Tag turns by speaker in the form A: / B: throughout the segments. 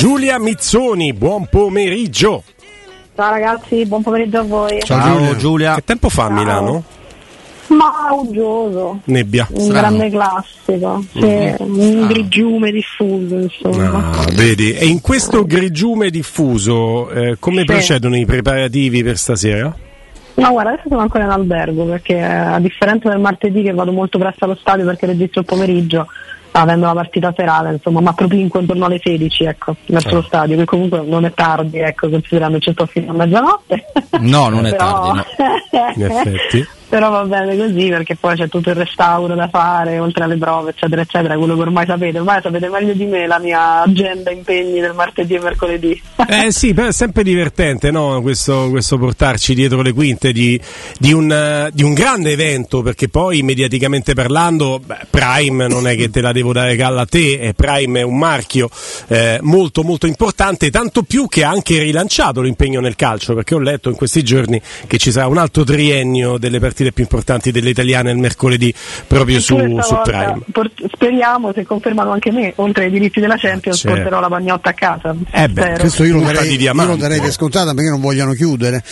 A: Giulia Mizzoni, buon pomeriggio.
B: Ciao ragazzi, buon pomeriggio a voi.
A: Ciao Giulia. Che tempo fa a Milano?
B: Ma uggioso.
A: Nebbia.
B: Un grande classico. Un grigiume diffuso, insomma.
A: Vedi, e in questo grigiume diffuso come procedono i preparativi per stasera?
B: No, guarda, adesso sono ancora in albergo perché a differenza del martedì che vado molto presto allo stadio perché registro il pomeriggio, avendo la partita serale, insomma, ma propinco intorno alle 16, ecco, verso lo stadio, che comunque non è tardi, ecco, considerando che ci sto fino a mezzanotte.
C: No, non è tardi, no.
A: In effetti.
B: Però va bene così perché poi c'è tutto il restauro da fare, oltre alle prove, eccetera, eccetera, quello che ormai sapete meglio di me la mia agenda impegni del martedì e mercoledì.
A: Sì, però è sempre divertente, no? Questo portarci dietro le quinte di un grande evento, perché poi mediaticamente parlando, Prime non è che te la devo dare galla a te, Prime è un marchio molto molto importante, tanto più che ha anche rilanciato l'impegno nel calcio, perché ho letto in questi giorni che ci sarà un altro triennio delle partite più importanti delle italiane il mercoledì proprio su Prime.
B: Speriamo, se confermano anche me, oltre ai diritti della Champions, porterò la pagnotta a casa.
D: Questo io lo darei per scontato perché non vogliono chiudere.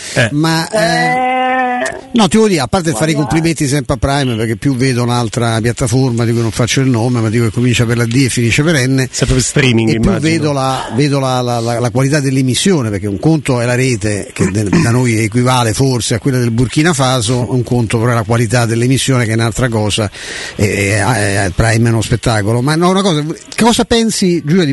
D: No, ti voglio dire, a parte fare i complimenti sempre a Prime, perché più vedo un'altra piattaforma di cui non faccio il nome, ma dico che comincia per la D e finisce per N,
A: sempre per streaming,
D: e più
A: immagino.
D: vedo la qualità dell'emissione, perché un conto è la rete che da noi equivale forse a quella del Burkina Faso, un conto però è la qualità dell'emissione che è un'altra cosa, Prime è uno spettacolo. Ma no, una cosa, cosa pensi, Giulia,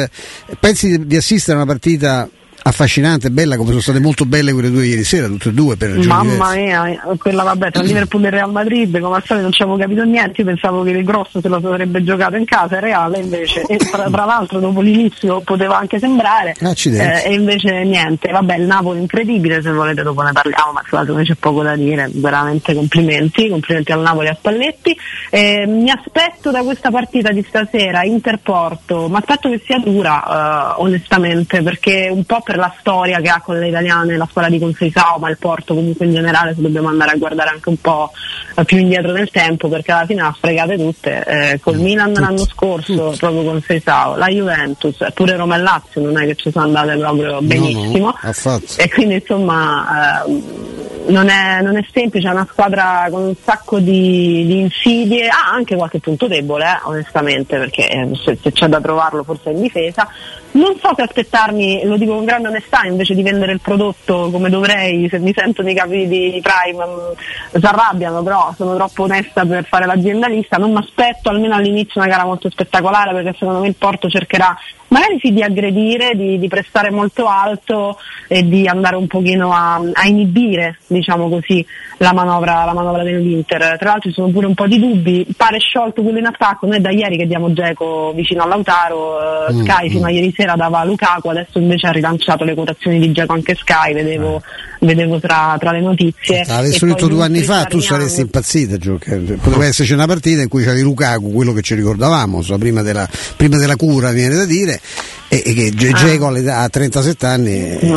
D: pensi di assistere a una partita affascinante, bella, come sono state molto belle quelle due ieri sera, tutte e due per ragioni
B: Mamma
D: diverse.
B: mia, quella vabbè, tra Liverpool e Real Madrid, come al solito non ci avevo capito niente, io pensavo che il grosso se lo sarebbe giocato in casa, il Reale invece, e tra l'altro dopo l'inizio poteva anche sembrare, e invece niente, vabbè, il Napoli incredibile, se volete dopo ne parliamo, ma secondo me c'è poco da dire, veramente complimenti al Napoli e a Spalletti. Mi aspetto da questa partita di stasera Inter-Porto, ma aspetto che sia dura, onestamente, perché un po' per la storia che ha con le italiane la squadra di Conceição, ma il Porto comunque in generale, se dobbiamo andare a guardare anche un po' più indietro nel tempo, perché alla fine ha fregate tutte, col Milan l'anno scorso proprio Conceição, la Juventus, pure Roma e Lazio non è che ci sono andate proprio benissimo, e quindi insomma non è semplice, è una squadra con un sacco di insidie, ha anche qualche punto debole, onestamente, perché se c'è da trovarlo forse è in difesa. Non so se aspettarmi, lo dico con grande onestà, invece di vendere il prodotto come dovrei, se mi sentono i capi di Prime si arrabbiano, però sono troppo onesta per fare l'aziendalista, non mi aspetto almeno all'inizio una gara molto spettacolare, perché secondo me il Porto cercherà magari sì di aggredire, di prestare molto alto e di andare un pochino a inibire, diciamo così, la manovra dell'Inter. Tra l'altro ci sono pure un po' di dubbi, pare sciolto quello in attacco, noi da ieri che diamo Dzeko vicino a Lautaro, Sky fino a ieri sera dava Lukaku, adesso invece ha rilanciato le quotazioni di Dzeko anche Sky, vedevo tra le notizie.
D: L'avessi detto 2 anni fa tu saresti impazzita, poteva esserci una partita in cui c'era Lukaku, quello che ci ricordavamo, prima della cura, viene da dire, e che Dzeko a 37 anni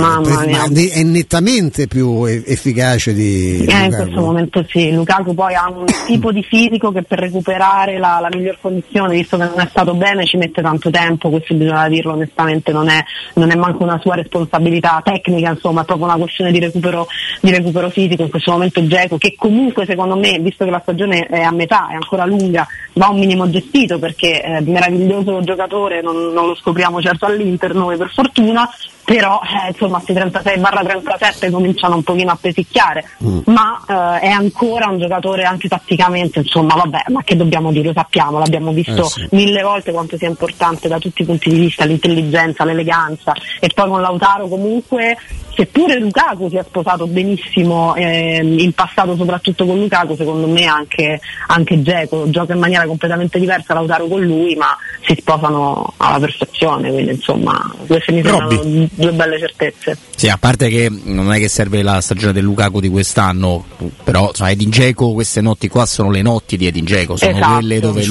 D: è nettamente più efficace di Lukaku.
B: In questo momento sì, Lukaku poi ha un tipo di fisico che per recuperare la miglior condizione, visto che non è stato bene, ci mette tanto tempo, questo bisogna dirlo onestamente, non è manco una sua responsabilità tecnica, insomma è proprio una questione di recupero fisico. In questo momento Dzeko, che comunque secondo me, visto che la stagione è a metà, è ancora lunga, va un minimo gestito, perché meraviglioso giocatore non lo scopriamo certo all'Inter noi per fortuna, però insomma questi 36/37 cominciano un pochino a pesicchiare, ma è ancora un giocatore anche tatticamente, insomma vabbè, ma che dobbiamo dire, lo sappiamo, l'abbiamo visto mille volte quanto sia importante da tutti i punti di vista, l'intelligenza, l'eleganza, e poi con Lautaro comunque, seppure Lukaku si è sposato benissimo in passato, soprattutto con Lukaku, secondo me anche Dzeko gioca in maniera completamente diversa, Lautaro con lui, ma si sposano alla perfezione, quindi insomma queste mi sembrano due belle certezze.
C: Sì, a parte che non è che serve la stagione del Lukaku di quest'anno, però Edin Dzeko, queste notti qua sono le notti di Edin Dzeko, sono quelle dove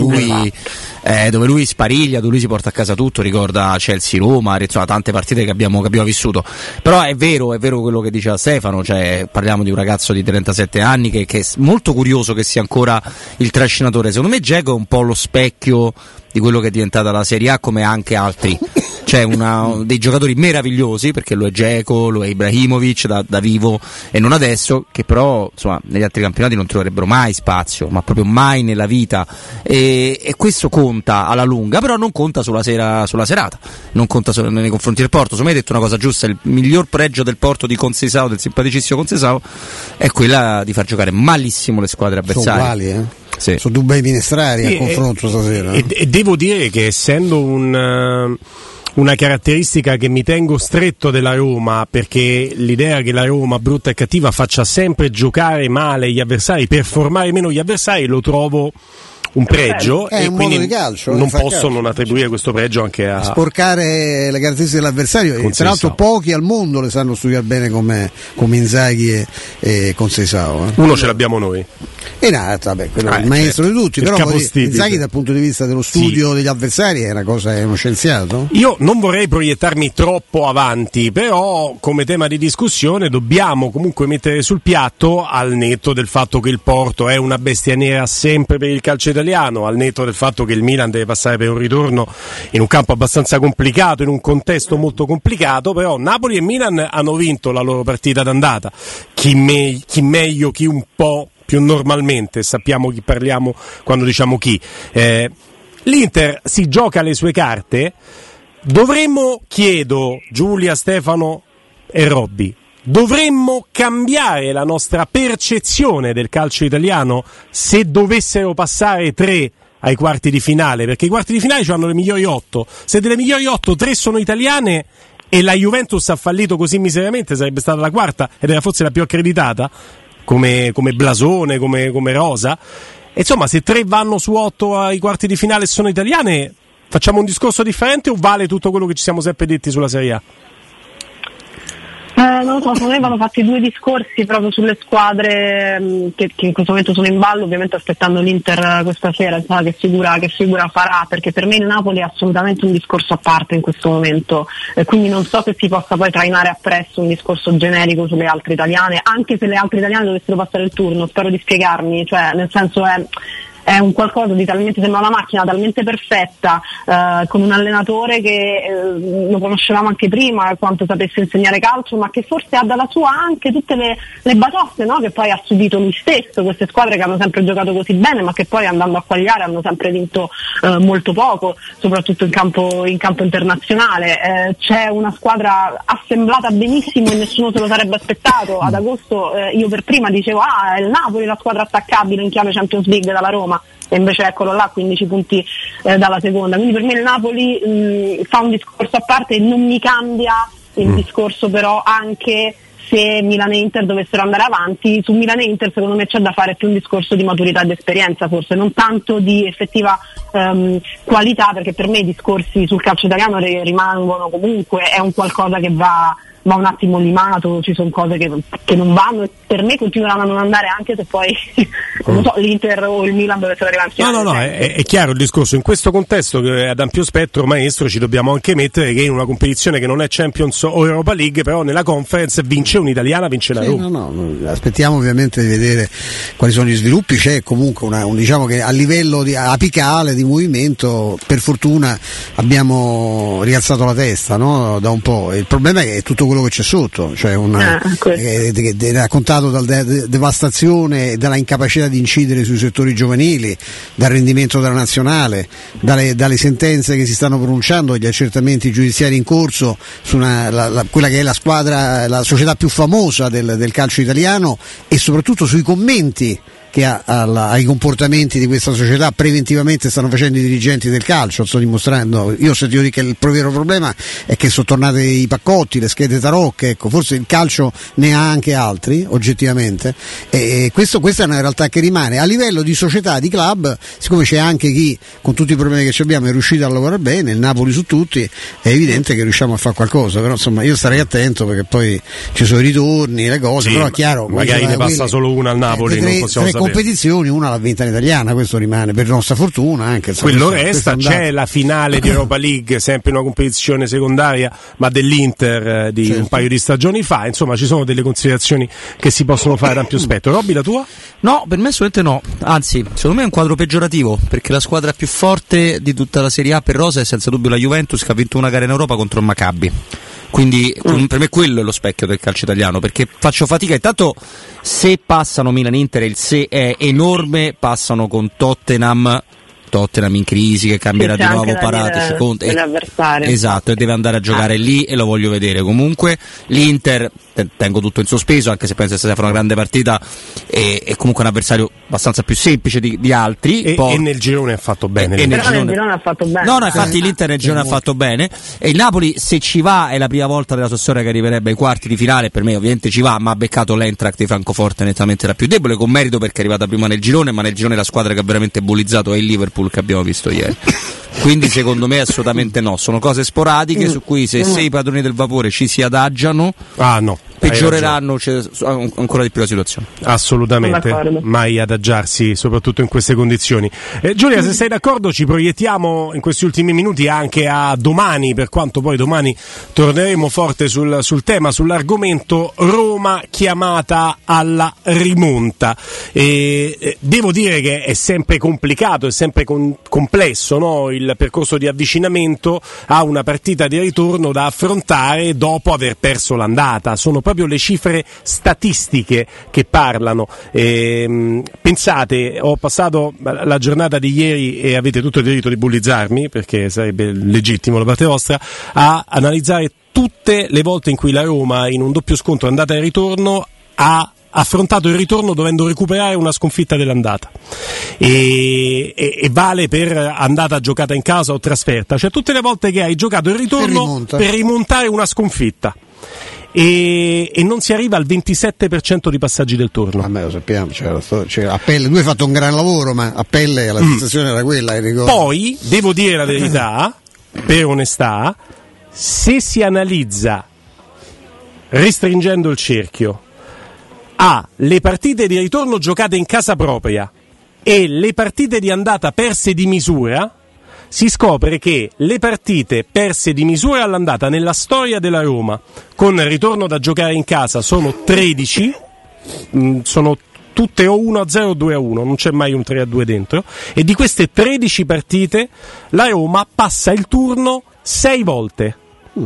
C: lui spariglia, dove lui si porta a casa tutto, ricorda Chelsea-Roma, insomma tante partite che abbiamo vissuto. Però è vero quello che diceva Stefano, cioè parliamo di un ragazzo di 37 anni che è molto curioso che sia ancora il trascinatore. Secondo me Dzeko è un po' lo specchio di quello che è diventata la Serie A, come anche altri. c'è dei giocatori meravigliosi, perché lo è Dzeko, lo è Ibrahimovic da vivo e non adesso, che però insomma negli altri campionati non troverebbero mai spazio, ma proprio mai nella vita, e questo conta alla lunga, però non conta sulla serata, non conta solo nei confronti del Porto. Secondo me hai detto una cosa giusta: il miglior pregio del Porto di Conceição, del simpaticissimo Conceição, è quella di far giocare malissimo le squadre avversarie.
D: Sono uguali,
C: Sì.
D: Sono due bei minestrari a confronto stasera.
A: E devo dire che, essendo una caratteristica che mi tengo stretto della Roma, perché l'idea che la Roma, brutta e cattiva, faccia sempre giocare male gli avversari per formare meno gli avversari, lo trovo un pregio, e
D: un
A: quindi
D: modo di calcio,
A: non posso non attribuire questo pregio anche a
D: sporcare le caratteristiche dell'avversario. Tra l'altro pochi al mondo le sanno studiare bene come Inzaghi e Conceição.
A: Uno ce l'abbiamo noi.
D: E vabbè, quello è il maestro di tutti, però Inzaghi dal punto di vista dello studio degli avversari è uno scienziato.
A: Io non vorrei proiettarmi troppo avanti, però come tema di discussione dobbiamo comunque mettere sul piatto, al netto del fatto che il Porto è una bestia nera sempre per il calcio italiano, al netto del fatto che il Milan deve passare per un ritorno in un campo abbastanza complicato, in un contesto molto complicato, però Napoli e Milan hanno vinto la loro partita d'andata, chi meglio, chi un po' più normalmente, sappiamo chi parliamo quando diciamo chi. L'Inter si gioca le sue carte. Chiedo Giulia, Stefano e Robby, dovremmo cambiare la nostra percezione del calcio italiano se dovessero passare 3 ai quarti di finale, perché i quarti di finale hanno le migliori 8, se delle migliori 8 3 sono italiane e la Juventus ha fallito così miseramente, sarebbe stata la quarta ed era forse la più accreditata come blasone, come rosa. E insomma, se 3 vanno su 8 ai quarti di finale e sono italiane, facciamo un discorso differente o vale tutto quello che ci siamo sempre detti sulla Serie A?
B: Non lo so, secondo me vanno fatti 2 discorsi proprio sulle squadre che in questo momento sono in ballo, ovviamente aspettando l'Inter questa sera, che figura farà, perché per me il Napoli è assolutamente un discorso a parte in questo momento, quindi non so se si possa poi trainare appresso un discorso generico sulle altre italiane, anche se le altre italiane dovessero passare il turno, spero di spiegarmi, cioè nel senso è un qualcosa di talmente, sembra una macchina talmente perfetta, con un allenatore che lo conoscevamo anche prima, quanto sapesse insegnare calcio, ma che forse ha dalla sua anche tutte le batoste, no? Che poi ha subito lui stesso, queste squadre che hanno sempre giocato così bene ma che poi andando a quagliare hanno sempre vinto molto poco, soprattutto in campo internazionale. C'è una squadra assemblata benissimo e nessuno se lo sarebbe aspettato. Ad agosto io per prima dicevo è il Napoli la squadra attaccabile in chiave Champions League dalla Roma, e invece eccolo là, 15 punti dalla seconda. Quindi per me il Napoli fa un discorso a parte e non mi cambia il discorso, però anche se Milan e Inter dovessero andare avanti, su Milan e Inter secondo me c'è da fare più un discorso di maturità ed esperienza, forse non tanto di effettiva qualità, perché per me i discorsi sul calcio italiano rimangono comunque, è un qualcosa che va un attimo limato, ci sono cose che non vanno e per me continueranno a non andare, anche se poi non so, l'Inter o il Milan dovessero arrivare in finale.
A: No, è chiaro il discorso. In questo contesto che è ad ampio spettro, maestro, ci dobbiamo anche mettere che in una competizione che non è Champions o Europa League, però nella Conference vince un'italiana, vince la Roma.
D: No, aspettiamo ovviamente di vedere quali sono gli sviluppi. C'è comunque diciamo che a livello apicale di movimento, per fortuna abbiamo rialzato la testa, no? Da un po'. Il problema è che tutto quello che c'è sotto, cioè che è raccontato dalla devastazione e dalla incapacità di incidere sui settori giovanili, dal rendimento della nazionale, dalle sentenze che si stanno pronunciando, dagli accertamenti giudiziari in corso su quella che è la squadra, la società più famosa del calcio italiano, e soprattutto sui commenti che ai comportamenti di questa società preventivamente stanno facendo i dirigenti del calcio. Sto dimostrando, io ho sentito dire che il vero problema è che sono tornate i paccotti, le schede tarocche, ecco, forse il calcio ne ha anche altri oggettivamente, e questa è una realtà che rimane. A livello di società, di club, siccome c'è anche chi con tutti i problemi che abbiamo è riuscito a lavorare bene, il Napoli su tutti, è evidente che riusciamo a fare qualcosa, però insomma io starei attento, perché poi ci sono i ritorni, le cose, però è chiaro,
A: magari ne passa solo una al Napoli, non possiamo sapere.
D: competizioni una l'ha vinta in italiana, questo rimane per nostra fortuna anche.
A: Quello resta, c'è la finale di Europa League, sempre una competizione secondaria, ma dell'Inter di un paio di stagioni fa, insomma ci sono delle considerazioni che si possono fare da ampio spettro. Robby, la tua?
C: No, per me assolutamente no, anzi secondo me è un quadro peggiorativo, perché la squadra più forte di tutta la Serie A per rosa è senza dubbio la Juventus, che ha vinto una gara in Europa contro il Maccabi. Quindi per me quello è lo specchio del calcio italiano, perché faccio fatica. Intanto se passano Milan-Inter, il se è enorme, passano con Tottenham in crisi, che cambierà di nuovo Paratici, esatto, e deve andare a giocare lì e lo voglio vedere. Comunque l'Inter tengo tutto in sospeso, anche se penso che sia una grande partita, e comunque un avversario abbastanza più semplice di altri,
A: e nel girone ha fatto bene,
B: nel girone ha fatto bene.
C: No, infatti l'Inter nel girone ha fatto bene, e il Napoli, se ci va, è la prima volta della sua storia che arriverebbe ai quarti di finale. Per me ovviamente ci va, ma ha beccato l'Eintracht di Francoforte, nettamente la più debole, con merito, perché è arrivata prima nel girone, ma nel girone la squadra che ha veramente bullizzato è il Liverpool, che abbiamo visto ieri. Quindi secondo me assolutamente no, sono cose sporadiche su cui se i padroni del vapore ci si adagiano, peggioreranno ancora di più la situazione.
A: Assolutamente, mai adagiarsi, soprattutto in queste condizioni. Giulia, se sei d'accordo, ci proiettiamo in questi ultimi minuti anche a domani, per quanto poi domani torneremo forte sul tema, sull'argomento Roma chiamata alla rimonta. Devo dire che è sempre complicato, è sempre complesso, no? Il percorso di avvicinamento a una partita di ritorno da affrontare dopo aver perso l'andata. Sono proprio le cifre statistiche che parlano. Pensate, ho passato la giornata di ieri, e avete tutto il diritto di bullizzarmi, perché sarebbe legittimo da parte vostra, a analizzare tutte le volte in cui la Roma, in un doppio scontro andata e ritorno, ha affrontato il ritorno dovendo recuperare una sconfitta dell'andata, e vale per andata giocata in casa o trasferta, cioè tutte le volte che hai giocato il ritorno per rimontare una sconfitta, e non si arriva al 27% di passaggi del turno.
D: A me lo sappiamo, a Pelle lui ha fatto un gran lavoro, ma a Pelle la sensazione era quella.
A: Poi devo dire la verità, per onestà, se si analizza restringendo il cerchio le partite di ritorno giocate in casa propria e le partite di andata perse di misura, si scopre che le partite perse di misura all'andata nella storia della Roma con il ritorno da giocare in casa sono 13, sono tutte o 1-0 o 2-1, non c'è mai un 3-2 dentro, e di queste 13 la Roma passa il turno 6 volte.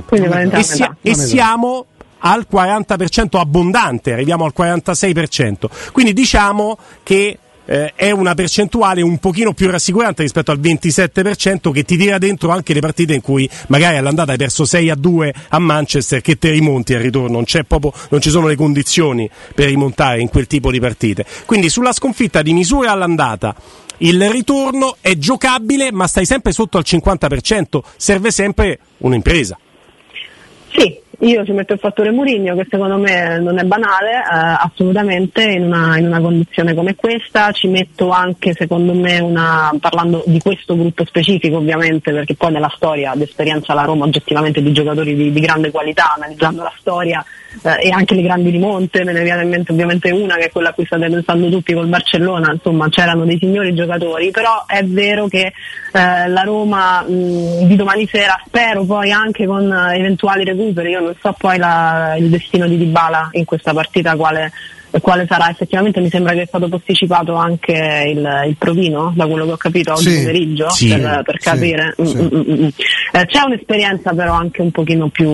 A: E siamo al 40% abbondante, arriviamo al 46%, quindi diciamo che è una percentuale un pochino più rassicurante rispetto al 27% che ti tira dentro anche le partite in cui magari all'andata hai perso 6-2 a Manchester, che te rimonti al ritorno, non ci sono le condizioni per rimontare in quel tipo di partite. Quindi sulla sconfitta di misura all'andata il ritorno è giocabile, ma stai sempre sotto al 50%, serve sempre un'impresa.
B: Sì, io ci metto il fattore Mourinho, che secondo me non è banale, assolutamente, in una condizione come questa. Ci metto anche, secondo me, parlando di questo gruppo specifico ovviamente, perché poi nella storia d'esperienza la Roma oggettivamente di giocatori di grande qualità, analizzando la storia e anche le grandi rimonte, me ne viene in mente ovviamente una che è quella a cui state pensando tutti col Barcellona, insomma c'erano dei signori giocatori, però è vero che la Roma di domani sera, spero poi anche con eventuali recuperi, io non so poi il destino di Dybala in questa partita quale sarà. Effettivamente mi sembra che è stato posticipato anche il provino, da quello che ho capito oggi pomeriggio, per capire. C'è un'esperienza però anche un pochino più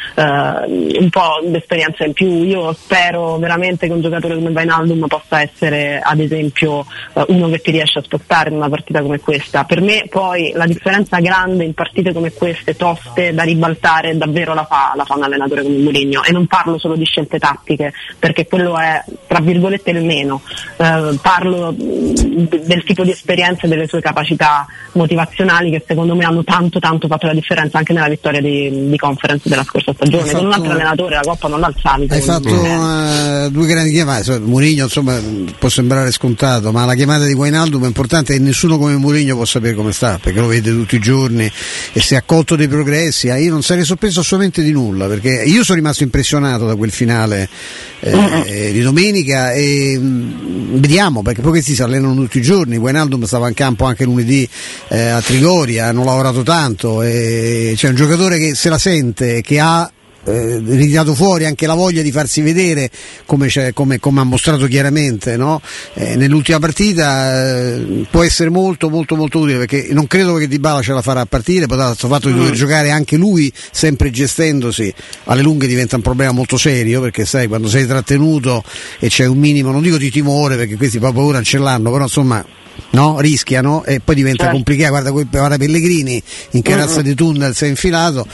B: un po' d'esperienza in più. Io spero veramente che un giocatore come Wijnaldum possa essere ad esempio uno che ti riesce a spostare in una partita come questa. Per me poi la differenza grande in partite come queste, toste da ribaltare, davvero la fa un allenatore come Mourinho, e non parlo solo di scelte tattiche, perché quello è tra virgolette il meno, parlo del tipo di esperienza e delle sue capacità motivazionali, che secondo me hanno tanto fatto la differenza anche nella vittoria di Conference della scorsa stagione. Con un altro allenatore la Coppa non l'alzavi.
D: Hai fatto due grandi chiamate. Mourinho, insomma, può sembrare scontato, ma la chiamata di Wijnaldum è importante, e nessuno come Mourinho può sapere come sta, perché lo vede tutti i giorni e si è accolto dei progressi. Io non sarei sorpreso assolutamente di nulla, perché io sono rimasto impressionato da quel finale di domenica e vediamo, perché poi questi si allenano tutti i giorni. Wijnaldum stava in campo anche lunedì a Trigoria, hanno lavorato tanto, e c'è un giocatore che se la sente, che ha ritirato fuori anche la voglia di farsi vedere, come ha mostrato chiaramente, no? Nell'ultima partita può essere molto molto molto utile, perché non credo che Dybala ce la farà a partire. Poi il fatto di dover giocare anche lui sempre gestendosi alle lunghe diventa un problema molto serio, perché sai, quando sei trattenuto e c'è un minimo, non dico di timore, perché questi proprio paura non ce l'hanno, però insomma, no, rischiano e poi diventa complicato. Guarda Pellegrini in che razza di tunnel si è infilato.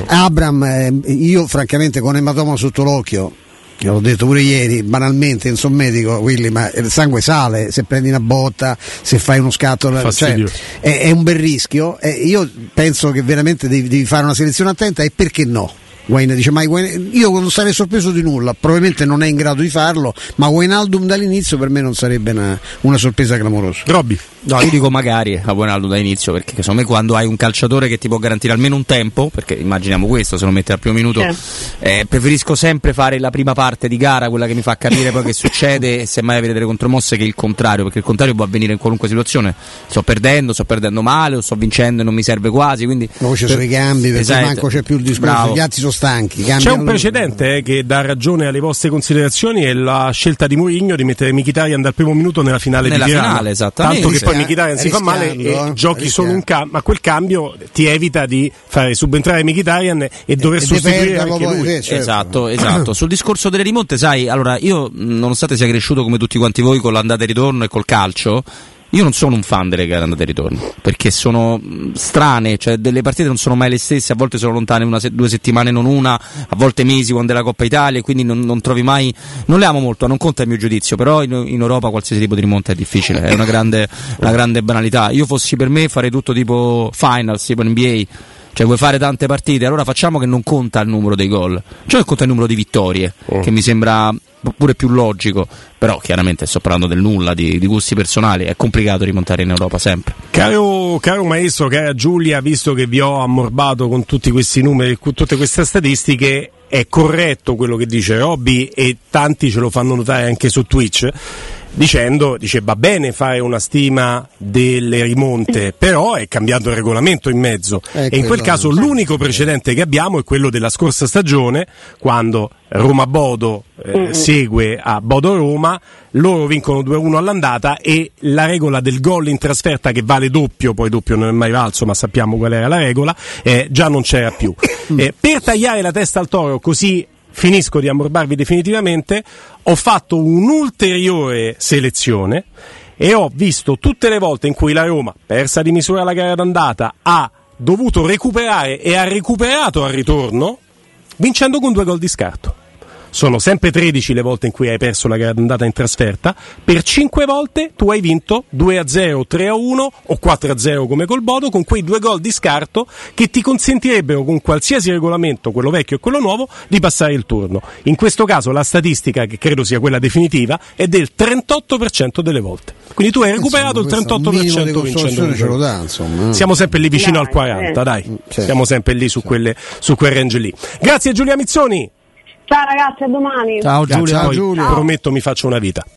D: Abram, io francamente con ematoma sotto l'occhio, l'ho detto pure ieri, banalmente in sommedico, Willy, ma il sangue sale se prendi una botta, se fai uno scatto, cioè, è un bel rischio. Io penso che veramente devi fare una selezione attenta, e perché no? Wayne dice, ma io non sarei sorpreso di nulla, probabilmente non è in grado di farlo, ma Wijnaldum dall'inizio per me non sarebbe una sorpresa clamorosa.
A: Robby?
C: No, io dico magari a Wijnaldum dall'inizio, perché secondo me quando hai un calciatore che ti può garantire almeno un tempo, perché immaginiamo questo, se lo mette al primo minuto, preferisco sempre fare la prima parte di gara, quella che mi fa capire poi che succede, e semmai avere delle contromosse, che il contrario, perché il contrario può avvenire in qualunque situazione. Sto perdendo male, o sto vincendo e non mi serve quasi, quindi
D: poi c'è sui cambi, perché manco c'è più il discorso. Bravo. Gli altri sono stanchi.
A: C'è un precedente che dà ragione alle vostre considerazioni, è la scelta di Mourinho di mettere Mkhitaryan dal primo minuto nella finale di Tirana.
C: Esattamente.
A: Tanto che poi Mkhitaryan si fa male e giochi solo un cambio, ma quel cambio ti evita di fare subentrare Mkhitaryan e dover sostituire anche lui.
C: Esatto. Sul discorso delle rimonte, sai, allora io, nonostante sia cresciuto come tutti quanti voi con l'andata e ritorno e col calcio, io non sono un fan delle gare andate e ritorno, perché sono strane, cioè delle partite non sono mai le stesse, a volte sono lontane 2 settimane, non una, a volte mesi quando è la Coppa Italia, quindi non trovi mai, non le amo molto, non conta il mio giudizio, però in Europa qualsiasi tipo di rimonta è difficile, è una grande banalità. Io fossi per me farei tutto tipo finals, tipo NBA. Cioè vuoi fare tante partite, allora facciamo che non conta il numero dei gol, cioè conta il numero di vittorie, che mi sembra pure più logico, però chiaramente sto parlando del nulla, di gusti personali, è complicato rimontare in Europa sempre.
A: Caro maestro, cara Giulia, visto che vi ho ammorbato con tutti questi numeri, con tutte queste statistiche, è corretto quello che dice Robby, e tanti ce lo fanno notare anche su Twitch, dice va bene fare una stima delle rimonte, però è cambiato il regolamento in mezzo, e in quel caso l'unico precedente che abbiamo è quello della scorsa stagione, quando Roma-Bodo segue a Bodo-Roma, loro vincono 2-1 all'andata, e la regola del gol in trasferta, che vale doppio, poi doppio non è mai valso, ma sappiamo qual era la regola, già non c'era più. Per tagliare la testa al toro, così finisco di ammorbarvi definitivamente, ho fatto un'ulteriore selezione e ho visto tutte le volte in cui la Roma, persa di misura la gara d'andata, ha dovuto recuperare e ha recuperato al ritorno vincendo con 2 gol di scarto. Sono sempre 13 le volte in cui hai perso la gara d'andata in trasferta, per 5 volte tu hai vinto 2-0, 3-1 o 4-0 come col Bodo, con quei 2 gol di scarto che ti consentirebbero, con qualsiasi regolamento, quello vecchio e quello nuovo, di passare il turno. In questo caso la statistica, che credo sia quella definitiva, è del 38% delle volte. Quindi tu hai recuperato il 38% vincendo.
D: Ce lo dà, insomma.
A: Siamo sempre lì vicino al 40, dai. Siamo sempre lì su quel range lì. Grazie Giulia Mizzoni.
B: Ciao ragazzi, a domani.
C: Ciao Giulia.
A: Prometto mi faccio una vita.